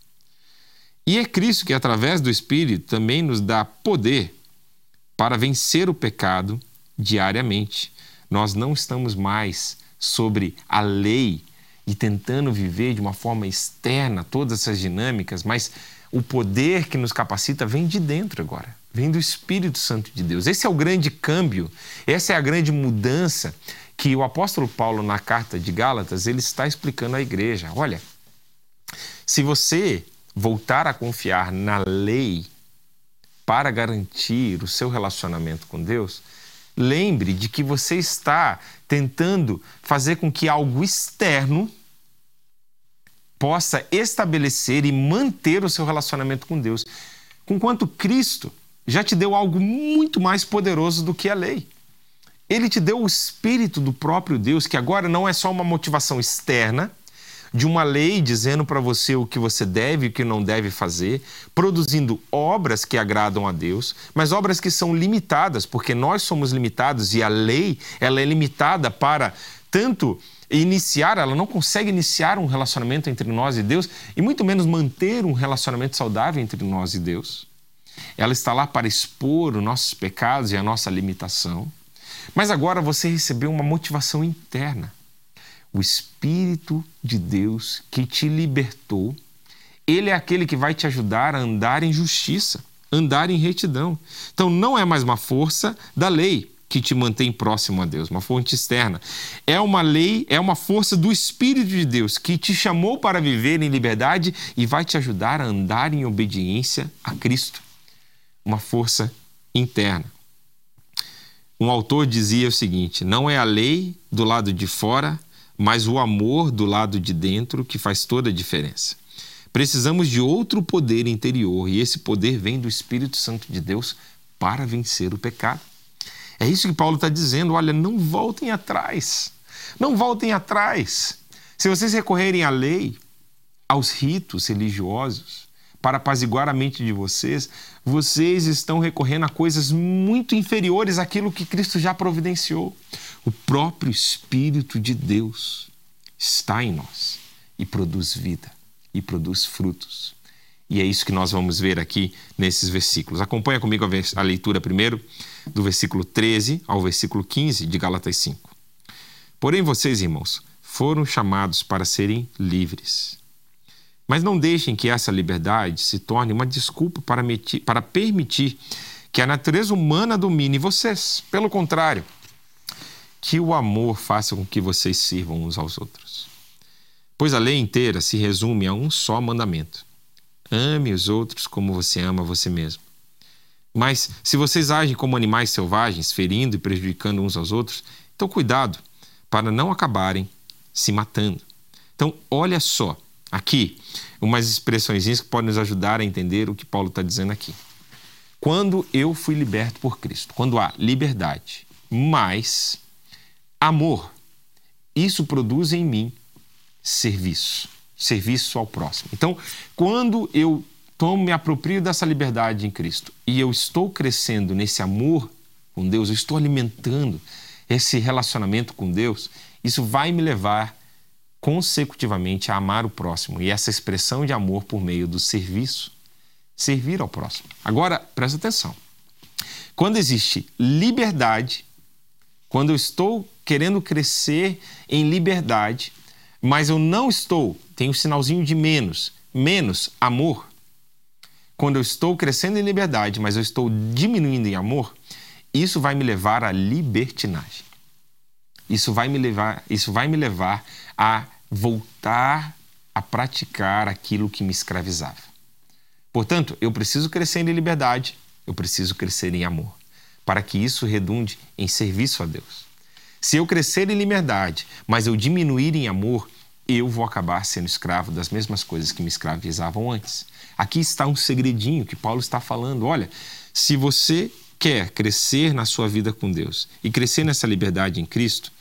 E é Cristo que, através do Espírito, também nos dá poder para vencer o pecado diariamente. Nós não estamos mais sobre a lei e tentando viver de uma forma externa todas essas dinâmicas, mas o poder que nos capacita vem de dentro agora, vem do Espírito Santo de Deus. Esse é o grande câmbio, essa é a grande mudança que o apóstolo Paulo, na carta de Gálatas, ele está explicando à igreja. Olha, se você voltar a confiar na lei para garantir o seu relacionamento com Deus, lembre de que você está tentando fazer com que algo externo possa estabelecer e manter o seu relacionamento com Deus, enquanto Cristo já te deu algo muito mais poderoso do que a lei. Ele te deu o Espírito do próprio Deus, que agora não é só uma motivação externa, de uma lei dizendo para você o que você deve e o que não deve fazer, produzindo obras que agradam a Deus, mas obras que são limitadas, porque nós somos limitados e a lei ela é limitada para tanto iniciar, ela não consegue iniciar um relacionamento entre nós e Deus e muito menos manter um relacionamento saudável entre nós e Deus. Ela está lá para expor os nossos pecados e a nossa limitação, mas agora você recebeu uma motivação interna. O Espírito de Deus que te libertou, ele é aquele que vai te ajudar a andar em justiça, andar em retidão. Então não é mais uma força da lei que te mantém próximo a Deus, uma fonte externa. É uma lei, é uma força do Espírito de Deus que te chamou para viver em liberdade e vai te ajudar a andar em obediência a Cristo. Uma força interna. Um autor dizia o seguinte: não é a lei do lado de fora, mas o amor do lado de dentro que faz toda a diferença. Precisamos de outro poder interior e esse poder vem do Espírito Santo de Deus para vencer o pecado. É isso que Paulo está dizendo. Olha, não voltem atrás. Não voltem atrás. Se vocês recorrerem à lei, aos ritos religiosos, para apaziguar a mente de vocês, vocês estão recorrendo a coisas muito inferiores àquilo que Cristo já providenciou. O próprio Espírito de Deus está em nós e produz vida, e produz frutos. E é isso que nós vamos ver aqui nesses versículos. Acompanha comigo a, a leitura primeiro, do versículo treze ao versículo quinze de Gálatas cinco. Porém, vocês, irmãos, foram chamados para serem livres. Mas não deixem que essa liberdade se torne uma desculpa para, metir, para permitir que a natureza humana domine vocês. Pelo contrário, que o amor faça com que vocês sirvam uns aos outros. Pois a lei inteira se resume a um só mandamento: ame os outros como você ama você mesmo. Mas se vocês agem como animais selvagens, ferindo e prejudicando uns aos outros, então cuidado para não acabarem se matando. Então, olha só, aqui, umas expressões que podem nos ajudar a entender o que Paulo está dizendo aqui. Quando eu fui liberto por Cristo, quando há liberdade, mas amor, isso produz em mim serviço, serviço ao próximo. Então, quando eu tomo, me aproprio dessa liberdade em Cristo e eu estou crescendo nesse amor com Deus, eu estou alimentando esse relacionamento com Deus, isso vai me levar consecutivamente a amar o próximo e essa expressão de amor por meio do serviço, servir ao próximo. Agora, presta atenção. Quando existe liberdade, quando eu estou querendo crescer em liberdade, mas eu não estou, tem um sinalzinho de menos, menos amor. Quando eu estou crescendo em liberdade, mas eu estou diminuindo em amor, isso vai me levar à libertinagem. Isso vai me levar, isso vai me levar a voltar a praticar aquilo que me escravizava. Portanto, eu preciso crescer em liberdade, eu preciso crescer em amor, para que isso redunde em serviço a Deus. Se eu crescer em liberdade, mas eu diminuir em amor, eu vou acabar sendo escravo das mesmas coisas que me escravizavam antes. Aqui está um segredinho que Paulo está falando. Olha, se você quer crescer na sua vida com Deus e crescer nessa liberdade em Cristo,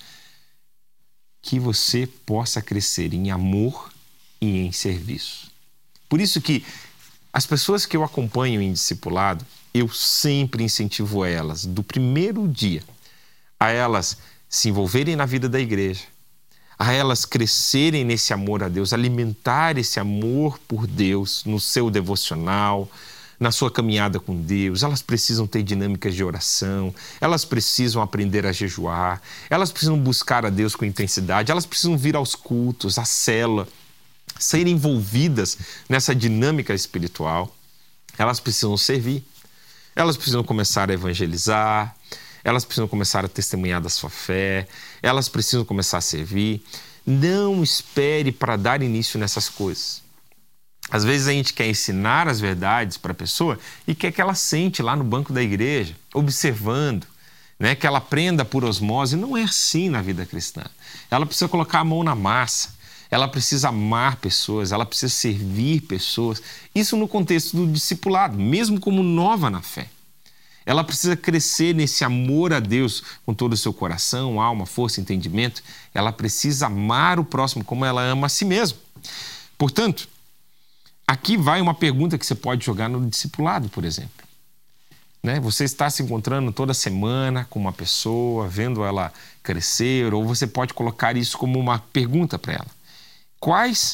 que você possa crescer em amor e em serviço. Por isso que as pessoas que eu acompanho em discipulado, eu sempre incentivo elas, do primeiro dia, a elas se envolverem na vida da igreja, a elas crescerem nesse amor a Deus, alimentar esse amor por Deus no seu devocional, na sua caminhada com Deus. Elas precisam ter dinâmicas de oração, elas precisam aprender a jejuar, elas precisam buscar a Deus com intensidade, elas precisam vir aos cultos, à célula, serem envolvidas nessa dinâmica espiritual. Elas precisam servir, elas precisam começar a evangelizar, elas precisam começar a testemunhar da sua fé, elas precisam começar a servir. Não espere para dar início nessas coisas. Às vezes a gente quer ensinar as verdades para a pessoa e quer que ela sente lá no banco da igreja, observando, né? Que ela aprenda por osmose. Não é assim na vida cristã. Ela precisa colocar a mão na massa, ela precisa amar pessoas, ela precisa servir pessoas. Isso no contexto do discipulado, mesmo como nova na fé. Ela precisa crescer nesse amor a Deus com todo o seu coração, alma, força, entendimento. Ela precisa amar o próximo como ela ama a si mesma. Portanto, aqui vai uma pergunta que você pode jogar no discipulado, por exemplo. Né? Você está se encontrando toda semana com uma pessoa, vendo ela crescer, ou você pode colocar isso como uma pergunta para ela. Quais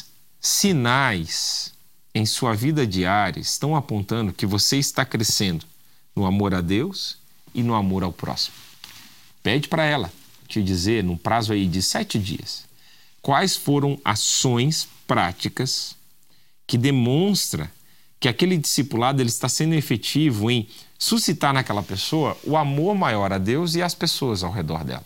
sinais em sua vida diária estão apontando que você está crescendo no amor a Deus e no amor ao próximo? Pede para ela te dizer, num prazo aí de sete dias, quais foram ações práticas que demonstra que aquele discipulado ele está sendo efetivo em suscitar naquela pessoa o amor maior a Deus e às pessoas ao redor dela.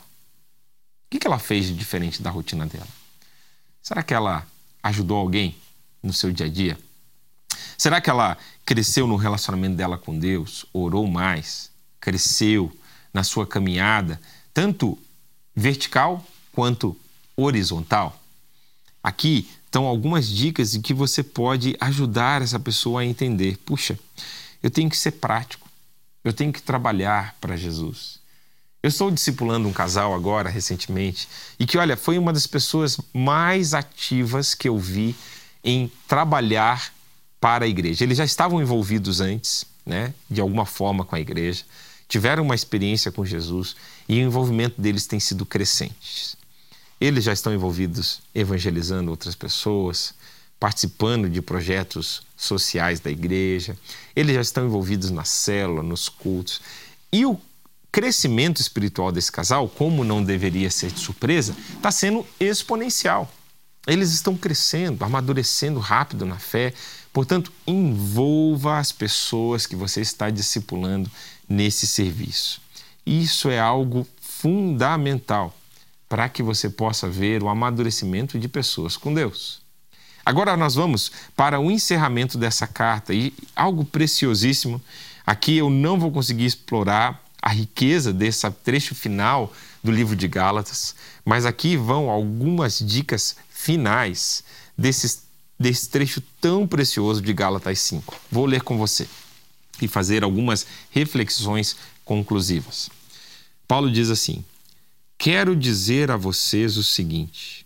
O que ela fez de diferente da rotina dela? Será que ela ajudou alguém no seu dia a dia? Será que ela cresceu no relacionamento dela com Deus, orou mais, cresceu na sua caminhada, tanto vertical quanto horizontal? Aqui estão algumas dicas de que você pode ajudar essa pessoa a entender. Puxa, eu tenho que ser prático, eu tenho que trabalhar para Jesus. Eu estou discipulando um casal agora, recentemente, e que, olha, foi uma das pessoas mais ativas que eu vi em trabalhar para a igreja. Eles já estavam envolvidos antes, né, de alguma forma com a igreja, tiveram uma experiência com Jesus e o envolvimento deles tem sido crescente. Eles já estão envolvidos evangelizando outras pessoas, participando de projetos sociais da igreja, eles já estão envolvidos na célula, nos cultos. E o crescimento espiritual desse casal, como não deveria ser de surpresa, está sendo exponencial. Eles estão crescendo, amadurecendo rápido na fé. Portanto, envolva as pessoas que você está discipulando nesse serviço. Isso é algo fundamental para que você possa ver o amadurecimento de pessoas com Deus. Agora nós vamos para o encerramento dessa carta e algo preciosíssimo. Aqui eu não vou conseguir explorar a riqueza desse trecho final do livro de Gálatas, mas aqui vão algumas dicas finais desses, desse trecho tão precioso de Gálatas cinco. Vou ler com você e fazer algumas reflexões conclusivas. Paulo diz assim: quero dizer a vocês o seguinte: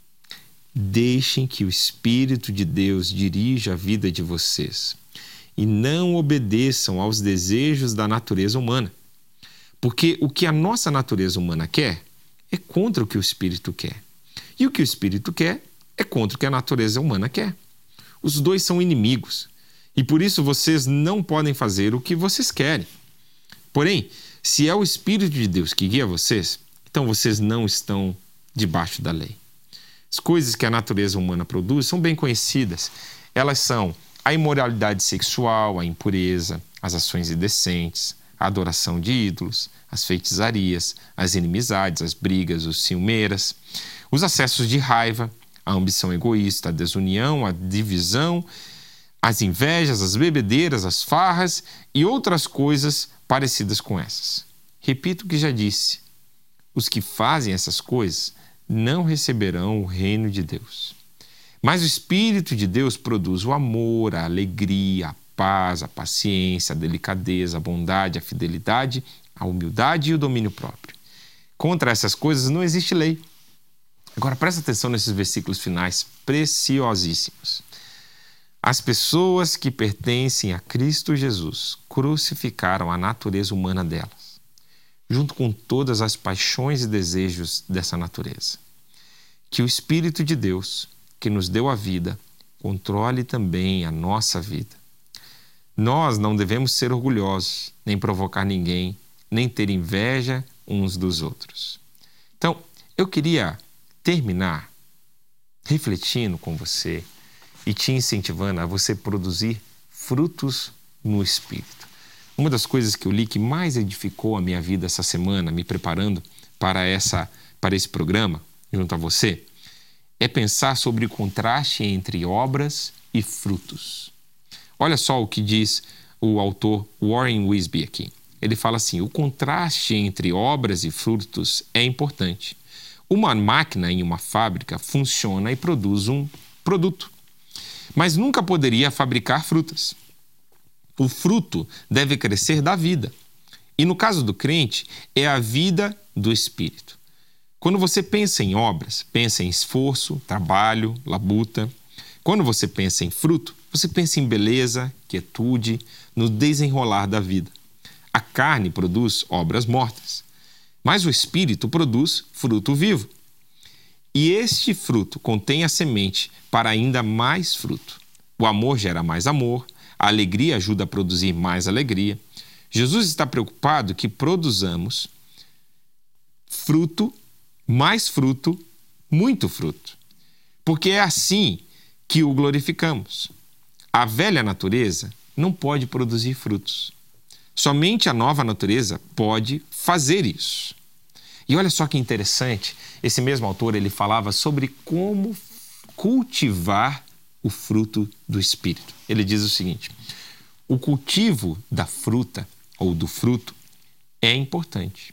deixem que o Espírito de Deus dirija a vida de vocês e não obedeçam aos desejos da natureza humana. Porque o que a nossa natureza humana quer é contra o que o Espírito quer. E o que o Espírito quer é contra o que a natureza humana quer. Os dois são inimigos. E por isso vocês não podem fazer o que vocês querem. Porém, se é o Espírito de Deus que guia vocês, então vocês não estão debaixo da lei. As coisas que a natureza humana produz são bem conhecidas. Elas são a imoralidade sexual, a impureza, as ações indecentes, a adoração de ídolos, as feitiçarias, as inimizades, as brigas, os ciumeiras, os acessos de raiva, a ambição egoísta, a desunião, a divisão, as invejas, as bebedeiras, as farras e outras coisas parecidas com essas. Repito o que já disse: os que fazem essas coisas não receberão o reino de Deus. Mas o Espírito de Deus produz o amor, a alegria, a paz, a paciência, a delicadeza, a bondade, a fidelidade, a humildade e o domínio próprio. Contra essas coisas não existe lei. Agora presta atenção nesses versículos finais preciosíssimos. As pessoas que pertencem a Cristo Jesus crucificaram a natureza humana delas, junto com todas as paixões e desejos dessa natureza. Que o Espírito de Deus, que nos deu a vida, controle também a nossa vida. Nós não devemos ser orgulhosos, nem provocar ninguém, nem ter inveja uns dos outros. Então, eu queria terminar refletindo com você e te incentivando a você produzir frutos no Espírito. Uma das coisas que eu li que mais edificou a minha vida essa semana, me preparando para, essa, para esse programa, junto a você, é pensar sobre o contraste entre obras e frutos. Olha só o que diz o autor Warren Wiersbe aqui. Ele fala assim: o contraste entre obras e frutos é importante. Uma máquina em uma fábrica funciona e produz um produto, mas nunca poderia fabricar frutas. O fruto deve crescer da vida. E no caso do crente, é a vida do Espírito. Quando você pensa em obras, pensa em esforço, trabalho, labuta. Quando você pensa em fruto, você pensa em beleza, quietude, no desenrolar da vida. A carne produz obras mortas, mas o Espírito produz fruto vivo. E este fruto contém a semente para ainda mais fruto. O amor gera mais amor, a alegria ajuda a produzir mais alegria. Jesus está preocupado que produzamos fruto, mais fruto, muito fruto. Porque é assim que o glorificamos. A velha natureza não pode produzir frutos. Somente a nova natureza pode fazer isso. E olha só que interessante, esse mesmo autor ele falava sobre como cultivar o fruto do Espírito. Ele diz o seguinte: o cultivo da fruta ou do fruto é importante.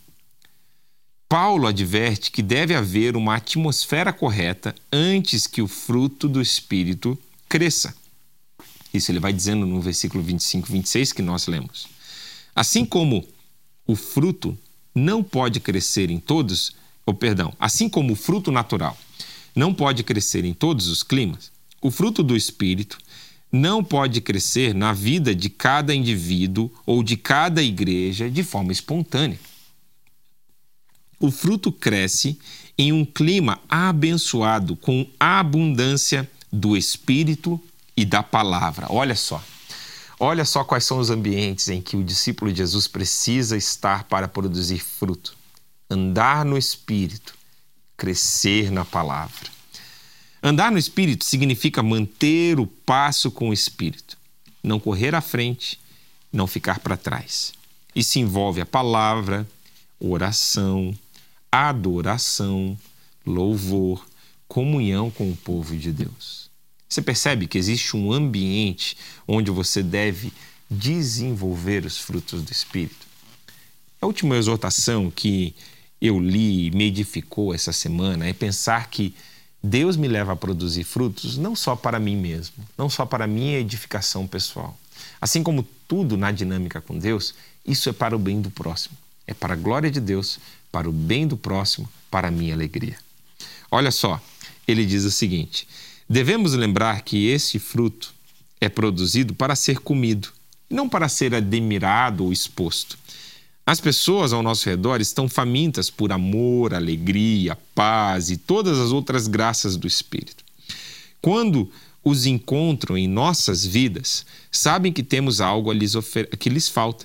Paulo adverte que deve haver uma atmosfera correta antes que o fruto do Espírito cresça. Isso ele vai dizendo no versículo vinte e cinco, vinte e seis que nós lemos. Assim como o fruto não pode crescer em todos, ou perdão, assim como o fruto natural não pode crescer em todos os climas, o fruto do Espírito não pode crescer na vida de cada indivíduo ou de cada igreja de forma espontânea. O fruto cresce em um clima abençoado com a abundância do Espírito e da palavra. Olha só. Olha só quais são os ambientes em que o discípulo de Jesus precisa estar para produzir fruto. Andar no Espírito, crescer na palavra. Andar no Espírito significa manter o passo com o Espírito, não correr à frente, não ficar para trás. Isso envolve a palavra, oração, adoração, louvor, comunhão com o povo de Deus. Você percebe que existe um ambiente onde você deve desenvolver os frutos do Espírito? A última exortação que eu li e me edificou essa semana é pensar que Deus me leva a produzir frutos não só para mim mesmo, não só para a minha edificação pessoal. Assim como tudo na dinâmica com Deus, isso é para o bem do próximo. É para a glória de Deus, para o bem do próximo, para a minha alegria. Olha só, ele diz o seguinte: devemos lembrar que esse fruto é produzido para ser comido, não para ser admirado ou exposto. As pessoas ao nosso redor estão famintas por amor, alegria, paz e todas as outras graças do Espírito. Quando os encontram em nossas vidas, sabem que temos algo a lhes ofer- que lhes falta.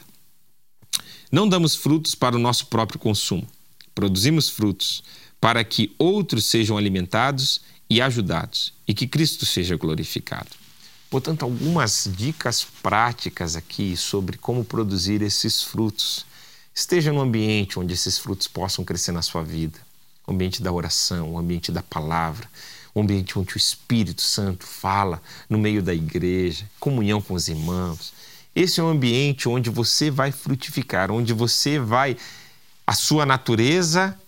Não damos frutos para o nosso próprio consumo. Produzimos frutos para que outros sejam alimentados e ajudados e que Cristo seja glorificado. Portanto, algumas dicas práticas aqui sobre como produzir esses frutos. Esteja no ambiente onde esses frutos possam crescer na sua vida. O ambiente da oração, o ambiente da palavra, o ambiente onde o Espírito Santo fala no meio da igreja, comunhão com os irmãos. Esse é um ambiente onde você vai frutificar, onde você vai, a sua natureza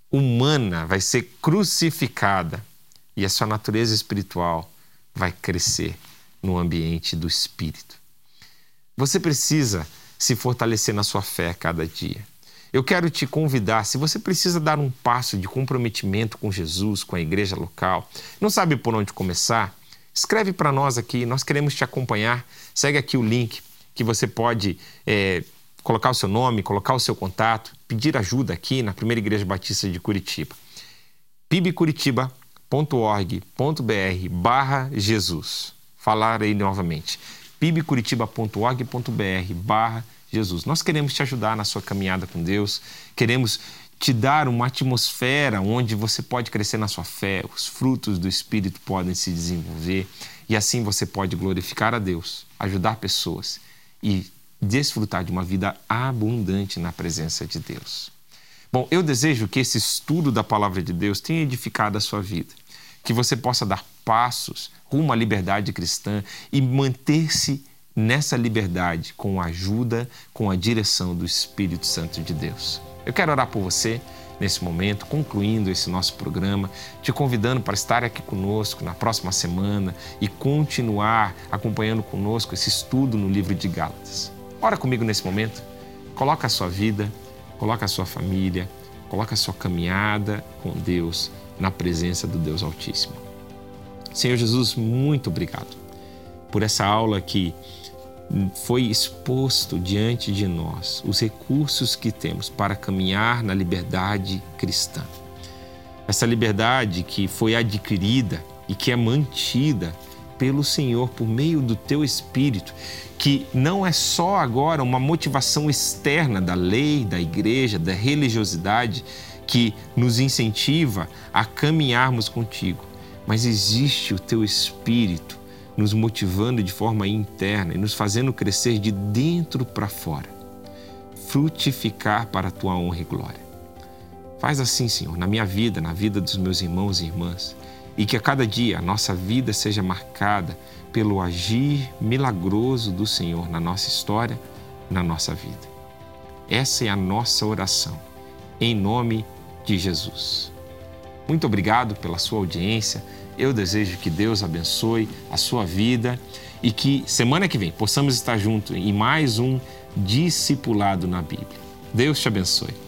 humana vai ser crucificada e a sua natureza espiritual vai crescer no ambiente do Espírito. Você precisa se fortalecer na sua fé a cada dia. Eu quero te convidar, se você precisa dar um passo de comprometimento com Jesus, com a igreja local, não sabe por onde começar, escreve para nós aqui, nós queremos te acompanhar. Segue aqui o link que você pode é, colocar o seu nome, colocar o seu contato, pedir ajuda aqui na Primeira Igreja Batista de Curitiba. pibcuritiba ponto org ponto br barra Jesus. Falarei novamente. pibcuritiba ponto org ponto br barra Jesus. Nós queremos te ajudar na sua caminhada com Deus, queremos te dar uma atmosfera onde você pode crescer na sua fé, os frutos do Espírito podem se desenvolver e assim você pode glorificar a Deus, ajudar pessoas e desfrutar de uma vida abundante na presença de Deus. Bom, eu desejo que esse estudo da Palavra de Deus tenha edificado a sua vida, que você possa dar passos rumo à liberdade cristã e manter-se nessa liberdade com a ajuda, com a direção do Espírito Santo de Deus. Eu quero orar por você nesse momento, concluindo esse nosso programa, te convidando para estar aqui conosco na próxima semana e continuar acompanhando conosco esse estudo no livro de Gálatas. Ora comigo nesse momento, coloca a sua vida, coloca a sua família, coloca a sua caminhada com Deus na presença do Deus Altíssimo. Senhor Jesus, muito obrigado por essa aula que foi exposto diante de nós os recursos que temos para caminhar na liberdade cristã. Essa liberdade que foi adquirida e que é mantida pelo Senhor por meio do Teu Espírito, que não é só agora uma motivação externa da lei, da igreja, da religiosidade que nos incentiva a caminharmos contigo, mas existe o Teu Espírito nos motivando de forma interna e nos fazendo crescer de dentro para fora, frutificar para a Tua honra e glória. Faz assim, Senhor, na minha vida, na vida dos meus irmãos e irmãs, e que a cada dia a nossa vida seja marcada pelo agir milagroso do Senhor na nossa história, na nossa vida. Essa é a nossa oração, em nome de Jesus. Muito obrigado pela sua audiência. Eu desejo que Deus abençoe a sua vida e que semana que vem possamos estar juntos em mais um Discipulado na Bíblia. Deus te abençoe.